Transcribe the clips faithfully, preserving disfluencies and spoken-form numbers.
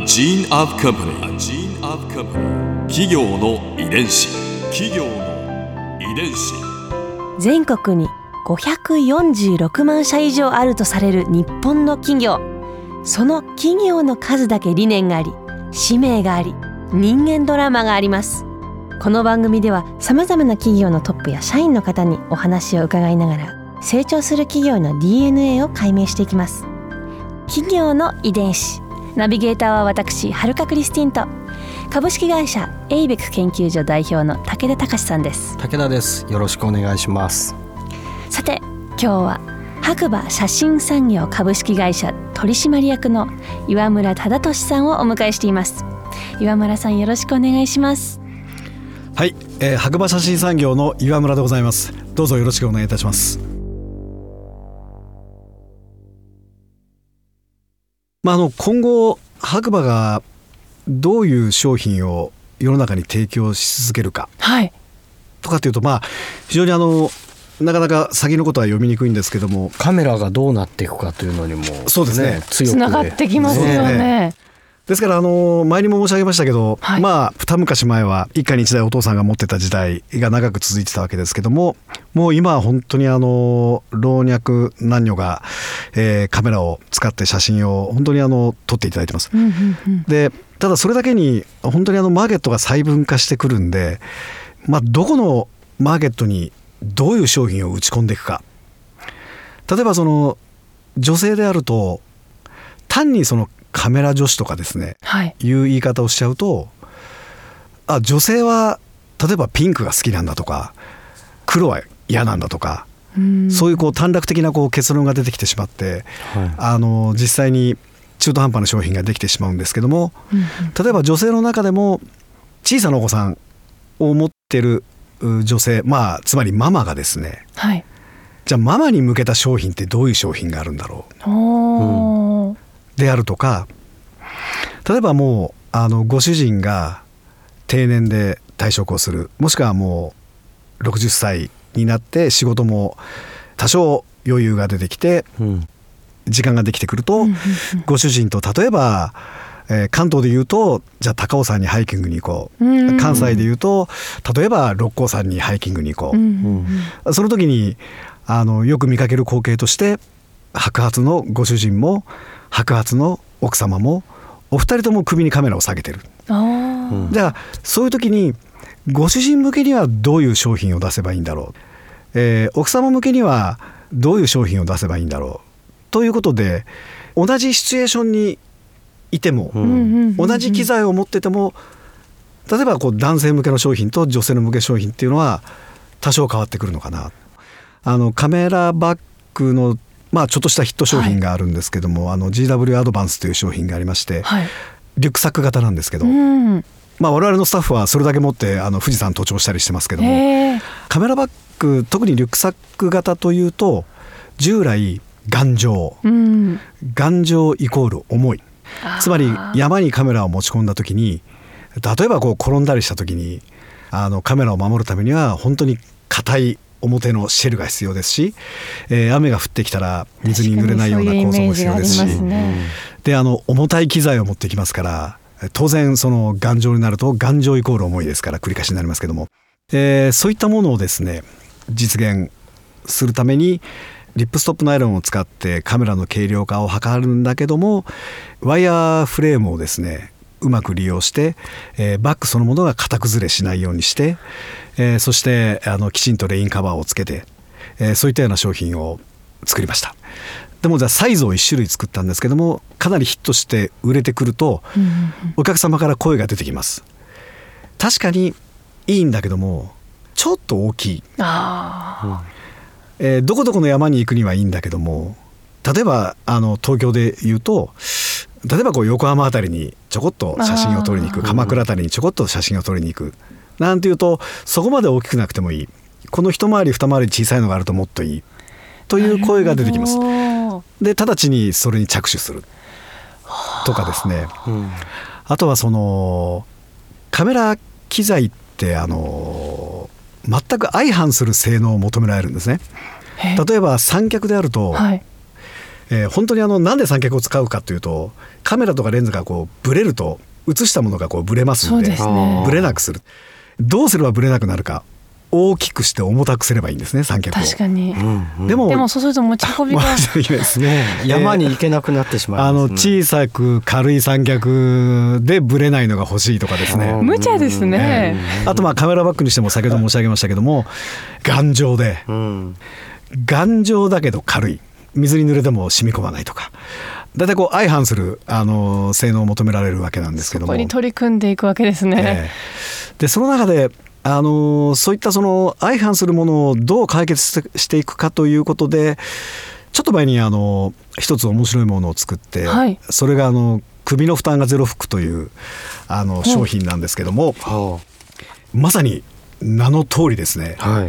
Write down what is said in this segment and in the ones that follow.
gene of company. A gene of company. 企業の遺伝子。企業の遺伝子。 全国にごひゃくよんじゅうろくまんしゃ以上あるとされる日本の企業。その企業の数だけ理念があり、使命があり、人間ドラマがあります。この番組ではさまざまな企業のトップや社員の方にお話を伺いながら、成長する企業の ディーエヌエー を解明していきます。企業の遺伝子。ナビゲーターは私、はるかクリスティンと株式会社エイベック研究所代表の武田隆さんです。 武田です。よろしくお願いします。 さて、今日は白馬写真産業株式会社取締役の岩村忠俊さんをお迎えしています。岩村さん、よろしくお願いします。 はい、えー、白馬写真産業の岩村でございます。どうぞよろしくお願いいたします。まあ、あの今後白馬がどういう商品を世の中に提供し続けるか、はい、とかっていうと、まあ非常にあのなかなか先のことは読みにくいんですけども、 カメラがどうなっていくかというのにも、 そうですね、 強くつながってきますよね。ね、 ですからあの前にも申し上げましたけど、 はい、 まあ二昔前は一家に一台お父さんが持ってた時代が長く続いてたわけですけども、もう今は本当にあの老若男女が、えー、カメラを使って写真を本当にあの撮っていただいてます。 うんうんうん、でただそれだけに本当にあのマーケットが細分化してくるんで、まあ、どこのマーケットにどういう商品を打ち込んでいくか。例えばその女性であると単にそのカメラ女子とかですね、はい、いう言い方をしちゃうと、あ、女性は例えばピンクが好きなんだとか黒は嫌なんだとか、うん、そういうこう短絡的なこう結論が出てきてしまって、はい、あの実際に中途半端な商品ができてしまうんですけども、うんうん、例えば女性の中でも小さなお子さんを持ってる女性、まあつまりママがですね、はい、じゃあママに向けた商品ってどういう商品があるんだろう、うん、であるとか、例えばもうあのご主人が定年で退職をする、もしくはもうろくじゅっさいになって仕事も多少余裕が出てきて、うん、時間ができてくると、うん、ご主人と例えば、えー、関東でいうとじゃあ高尾山にハイキングに行こう、うん、関西でいうと例えば六甲山にハイキングに行こう、うんうん、その時にあのよく見かける光景として白髪のご主人も白髪の奥様もお二人とも首にカメラを下げてる。あ、じゃあそういう時にご主人向けにはどういう商品を出せばいいんだろう、えー、奥様向けにはどういう商品を出せばいいんだろうということで、同じシチュエーションにいても、うん、同じ機材を持ってても、例えばこう男性向けの商品と女性の向け商品っていうのは多少変わってくるのかな。あのカメラバッグのまあ、ちょっとしたヒット商品があるんですけども、はい、あの ジーダブリュー アドバンスという商品がありまして、はい、リュックサック型なんですけど、うん、まあ、我々のスタッフはそれだけ持ってあの富士山登頂したりしてますけども、カメラバッグ、特にリュックサック型というと従来頑丈、うん、頑丈イコール重い、つまり山にカメラを持ち込んだ時に、例えばこう転んだりした時にあのカメラを守るためには本当に硬い表のシェルが必要ですし、えー、雨が降ってきたら水に濡れないような構造も必要ですし、ね、であの重たい機材を持ってきますから、当然その頑丈になると頑丈イコール重いですから繰り返しになりますけども、えー、そういったものをですね実現するためにリップストップナイロンを使ってカメラの軽量化を図るんだけども、ワイヤーフレームをですねうまく利用して、えー、バッグそのものが型崩れしないようにして、えー、そしてあのきちんとレインカバーをつけて、えー、そういったような商品を作りました。でもじゃあサイズをいち種類作ったんですけども、かなりヒットして売れてくると、うんうん、お客様から声が出てきます。確かにいいんだけどもちょっと大きい、あ、えー、どこどこの山に行くにはいいんだけども、例えばあの東京で言うと例えばこう横浜あたりにちょこっと写真を撮りに行く、鎌倉あたりにちょこっと写真を撮りに行くなんていうと、そこまで大きくなくてもいい、この一回り二回り小さいのがあるともっといいという声が出てきます。で直ちにそれに着手するとかですね、うん、あとはそのカメラ機材ってあの全く相反する性能を求められるんですね。例えば三脚であると、はい、 えー、本当にあのなんで三脚を使うかというと、カメラとかレンズがこうブレると映したものがこうブレますの で, そうですね、 ブレなくする。どうすればブレなくなるか、大きくして重たくすればいいんですね、三脚を。 確かに、 うんうん、 でもでもそうすると持ち運びがですね、山に行けなくなってしまいます、ね、 あの小さく軽い三脚でブレないのが欲しいとかですね、 無茶ですね、 えー、あとまあカメラバッグにしても先ほど申し上げましたけども、頑丈で、うん、頑丈だけど軽い、水に濡れても染み込まないとか、だいたいこう相反するあの性能を求められるわけなんですけども、 そこに取り組んでいくわけですね、 えー、でその中であのそういったその相反するものをどう解決していくかということで、ちょっと前にあの一つ面白いものを作って、はい、それがあの首の負担がゼロフックというあの商品なんですけども、はあ、まさに名の通りですね、はい、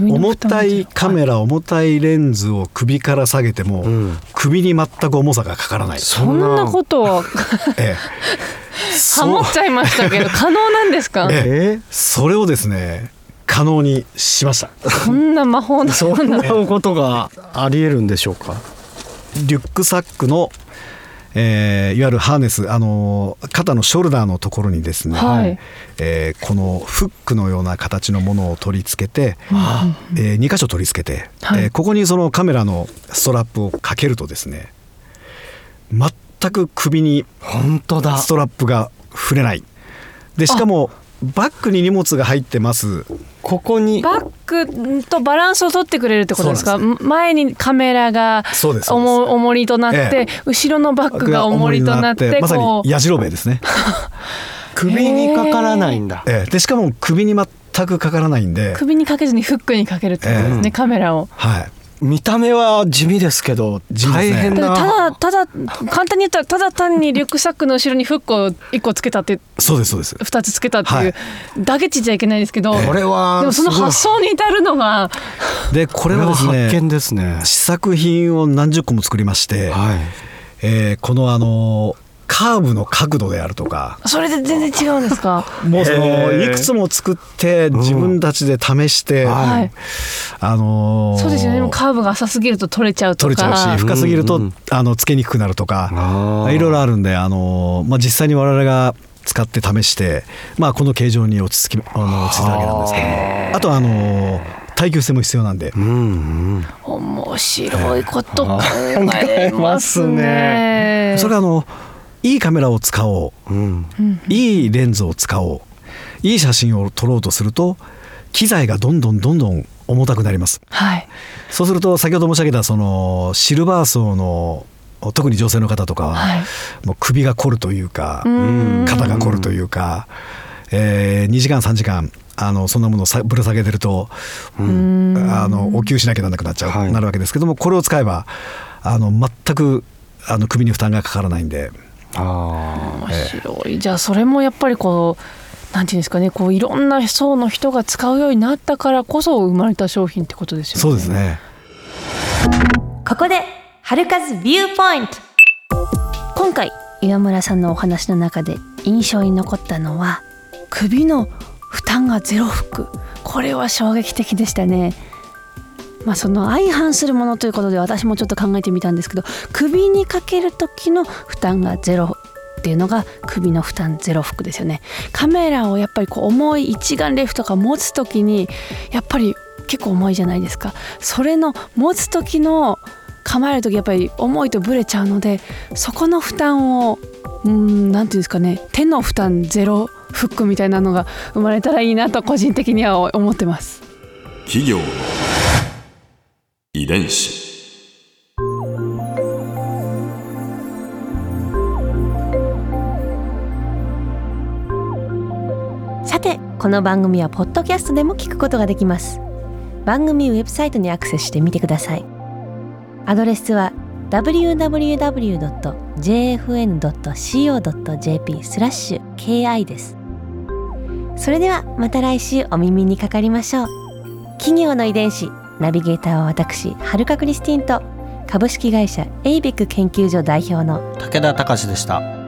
重たいカメラ、はい、重たいレンズを首から下げても、うん、首に全く重さがかからない。 そんなことは、ええ、ハモっちゃいましたけど可能なんですか？ ええ、それをですね可能にしました。 そんな魔法のそんなことがありえるんでしょうか？ リュックサックの、えー、いわゆるハーネス、あの肩のショルダーのところにですね、はい、えー、このフックのような形のものを取り付けて、うんえー、に箇所取り付けて、はい、えー、ここにそのカメラのストラップをかけるとですね、全く首にストラップが触れない。でしかもバッグに荷物が入ってます。 ここにバッグとバランスを取ってくれるってことですか？です、ね、前にカメラが重りとなって、ええ、後ろのバッグが重りとなって、 まさにやじろべえですね。 首にかからないんだ、 ええ、でしかも首に全くかからないんで、 首にかけずにフックにかけるってことですね、ええ、カメラを。 はい、 見た目は地味ですけど大変な、 ただただ簡単に言ったらただ単にリュックサックの後ろにフックをいっこつけたって、 そうですそうです、 ふたつつけたっていう、はい、だけちっちゃいけないですけど、 これはでもその発想に至るのがで、これはですね、 発見ですね。 試作品を何十個も作りまして、はい、えー、このあのカーブの角度であるとか、 それで全然違うんですか？ もうそのいくつも作って自分たちで試して、うん、はい、あのー、 そうですよね。もうカーブが浅すぎると取れちゃうとか、 取れちゃうし、深すぎると、うんうん、あのつけにくくなるとか、いろいろあるんで、あのーまあ、実際に我々が使って試して、まあ、この形状に落ち着き、あの落ち着いたわけなんですけども、あとはあのー耐久性も必要なんで、うんうん、 面白いこと考えますね。 それはあのいいカメラを使おう、うん、いいレンズを使おう、いい写真を撮ろうとすると機材がどんどんどんどん重たくなります、はい、そうすると先ほど申し上げたそのシルバー層の特に女性の方とかは、はい、もう首が凝るというか、肩が凝るというか、えー、にじかんさんじかんあのそんなものをぶら下げてると、うん、あのお給しなきゃならなくなっちゃう、はい、なるわけですけども、これを使えばあの全くあの首に負担がかからないんで、 あ、面白い、えー、じゃあそれもやっぱりこうなんていうんですかね、こういろんな層の人が使うようになったからこそ生まれた商品ってことですよね。 そうですね。 ここで春風ビューポイント。今回岩村さんのお話の中で印象に残ったのは首の負担がゼロフック、これは衝撃的でしたね。まあ、その相反するものということで私もちょっと考えてみたんですけど、首にかける時の負担がゼロっていうのが首の負担ゼロフックですよね。カメラをやっぱりこう重い一眼レフとか持つ時にやっぱり結構重いじゃないですか。それの持つ時の構える時やっぱり重いとブレちゃうので、そこの負担をうーんなんていうんですかね、手の負担ゼロフックみたいなのが生まれたらいいなと個人的には思ってます。 企業の遺伝子。 さて、この番組はポッドキャストでも聞くことができます。番組ウェブサイトにアクセスしてみてください。アドレスは ダブリューダブリューダブリュードットジェーエフエヌドットシーオードットジェーピー スラッシュ ケーアイ です。それではまた来週お耳にかかりましょう。企業の遺伝子、ナビゲーターは私春香クリスティンと株式会社エイベック研究所代表の武田隆でした。